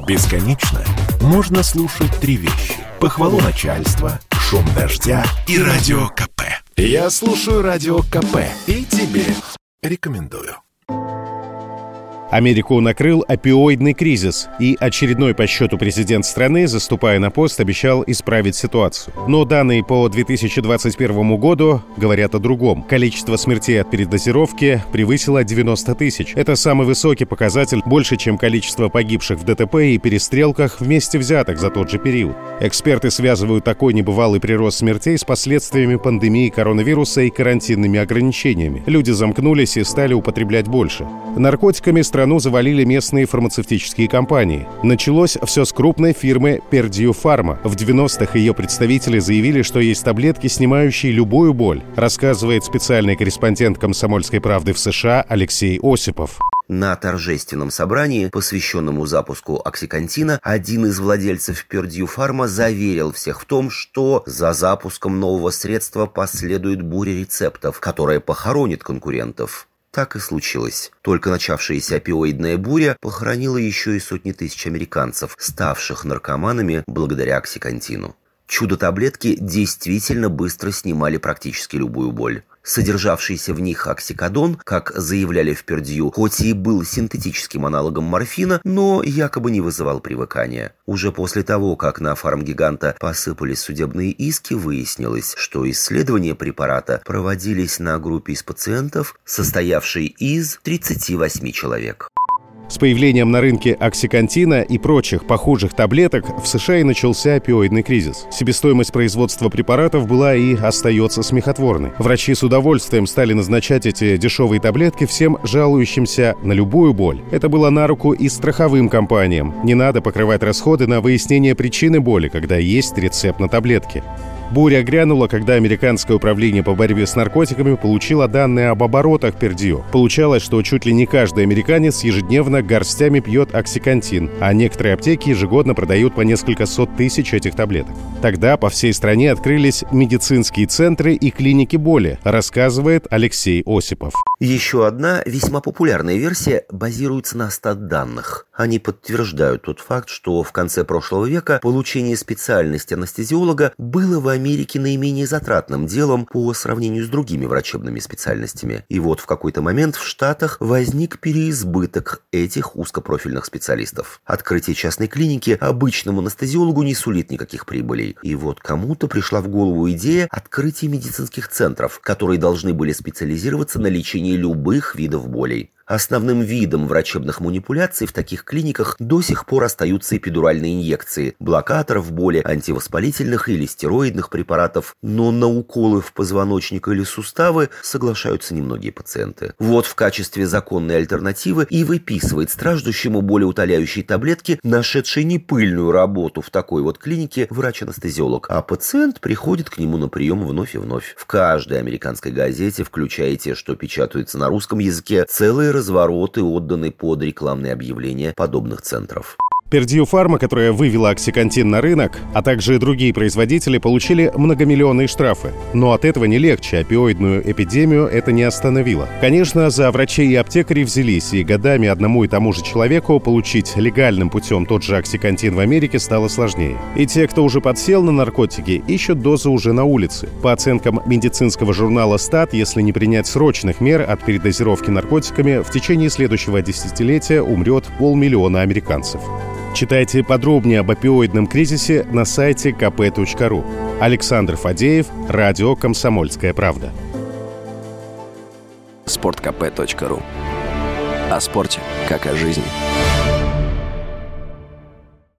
Бесконечно можно слушать три вещи: похвалу начальства, шум дождя и радио КП. Я слушаю радио КП и тебе рекомендую. Америку накрыл опиоидный кризис, и очередной по счету президент страны, заступая на пост, обещал исправить ситуацию. Но данные по 2021 году говорят о другом. Количество смертей от передозировки превысило 90 тысяч. Это самый высокий показатель, больше, чем количество погибших в ДТП и перестрелках вместе взятых за тот же период. Эксперты связывают такой небывалый прирост смертей с последствиями пандемии коронавируса и карантинными ограничениями. Люди замкнулись и стали употреблять больше. Наркотиками страну завалили местные фармацевтические компании. Началось все с крупной фирмы Purdue Pharma. В 90-х ее представители заявили, что есть таблетки, снимающие любую боль, рассказывает специальный корреспондент «Комсомольской правды» в США Алексей Осипов. На торжественном собрании, посвященному запуску оксикантина, один из владельцев Purdue Pharma заверил всех в том, что за запуском нового средства последует буря рецептов, которая похоронит конкурентов. Так и случилось. Только начавшаяся опиоидная буря похоронила еще и сотни тысяч американцев, ставших наркоманами благодаря оксикантину. Чудо-таблетки действительно быстро снимали практически любую боль. Содержавшийся в них оксикодон, как заявляли в Purdue, хоть и был синтетическим аналогом морфина, но якобы не вызывал привыкания. Уже после того, как на фармгиганта посыпались судебные иски, выяснилось, что исследования препарата проводились на группе из пациентов, состоявшей из 38 человек. С появлением на рынке оксикантина и прочих похожих таблеток в США и начался опиоидный кризис. Себестоимость производства препаратов была и остается смехотворной. Врачи с удовольствием стали назначать эти дешевые таблетки всем жалующимся на любую боль. Это было на руку и страховым компаниям. Не надо покрывать расходы на выяснение причины боли, когда есть рецепт на таблетки. Буря грянула, когда Американское управление по борьбе с наркотиками получило данные об оборотах Purdue. Получалось, что чуть ли не каждый американец ежедневно горстями пьет оксикантин, а некоторые аптеки ежегодно продают по несколько сот тысяч этих таблеток. Тогда по всей стране открылись медицинские центры и клиники боли, рассказывает Алексей Осипов. Еще одна весьма популярная версия базируется на статданных. Они подтверждают тот факт, что в конце прошлого века получение специальности анестезиолога было в Америке наименее затратным делом по сравнению с другими врачебными специальностями. И вот в какой-то момент в Штатах возник переизбыток этих узкопрофильных специалистов. Открытие частной клиники обычному анестезиологу не сулит никаких прибылей. И вот кому-то пришла в голову идея открытия медицинских центров, которые должны были специализироваться на лечении любых видов болей. Основным видом врачебных манипуляций в таких клиниках до сих пор остаются эпидуральные инъекции, блокаторов боли, антивоспалительных или стероидных препаратов, но на уколы в позвоночник или суставы соглашаются немногие пациенты. Вот в качестве законной альтернативы и выписывает страждущему болеутоляющие таблетки, нашедший непыльную работу в такой вот клинике, врач-анестезиолог, а пациент приходит к нему на прием вновь и вновь. В каждой американской газете, включая те, что печатаются на русском языке, целые развороты отданы под рекламные объявления подобных центров. Purdue Pharma, которая вывела оксикантин на рынок, а также и другие производители, получили многомиллионные штрафы. Но от этого не легче, опиоидную эпидемию это не остановило. Конечно, за врачей и аптекарей взялись, и годами одному и тому же человеку получить легальным путем тот же оксикантин в Америке стало сложнее. И те, кто уже подсел на наркотики, ищут дозы уже на улице. По оценкам медицинского журнала «Стат», если не принять срочных мер от передозировки наркотиками, в течение следующего десятилетия умрет 500 000 американцев. Читайте подробнее об опиоидном кризисе на сайте kp.ru. Александр Фадеев, радио «Комсомольская правда». sportkp.ru. О спорте, как о жизни.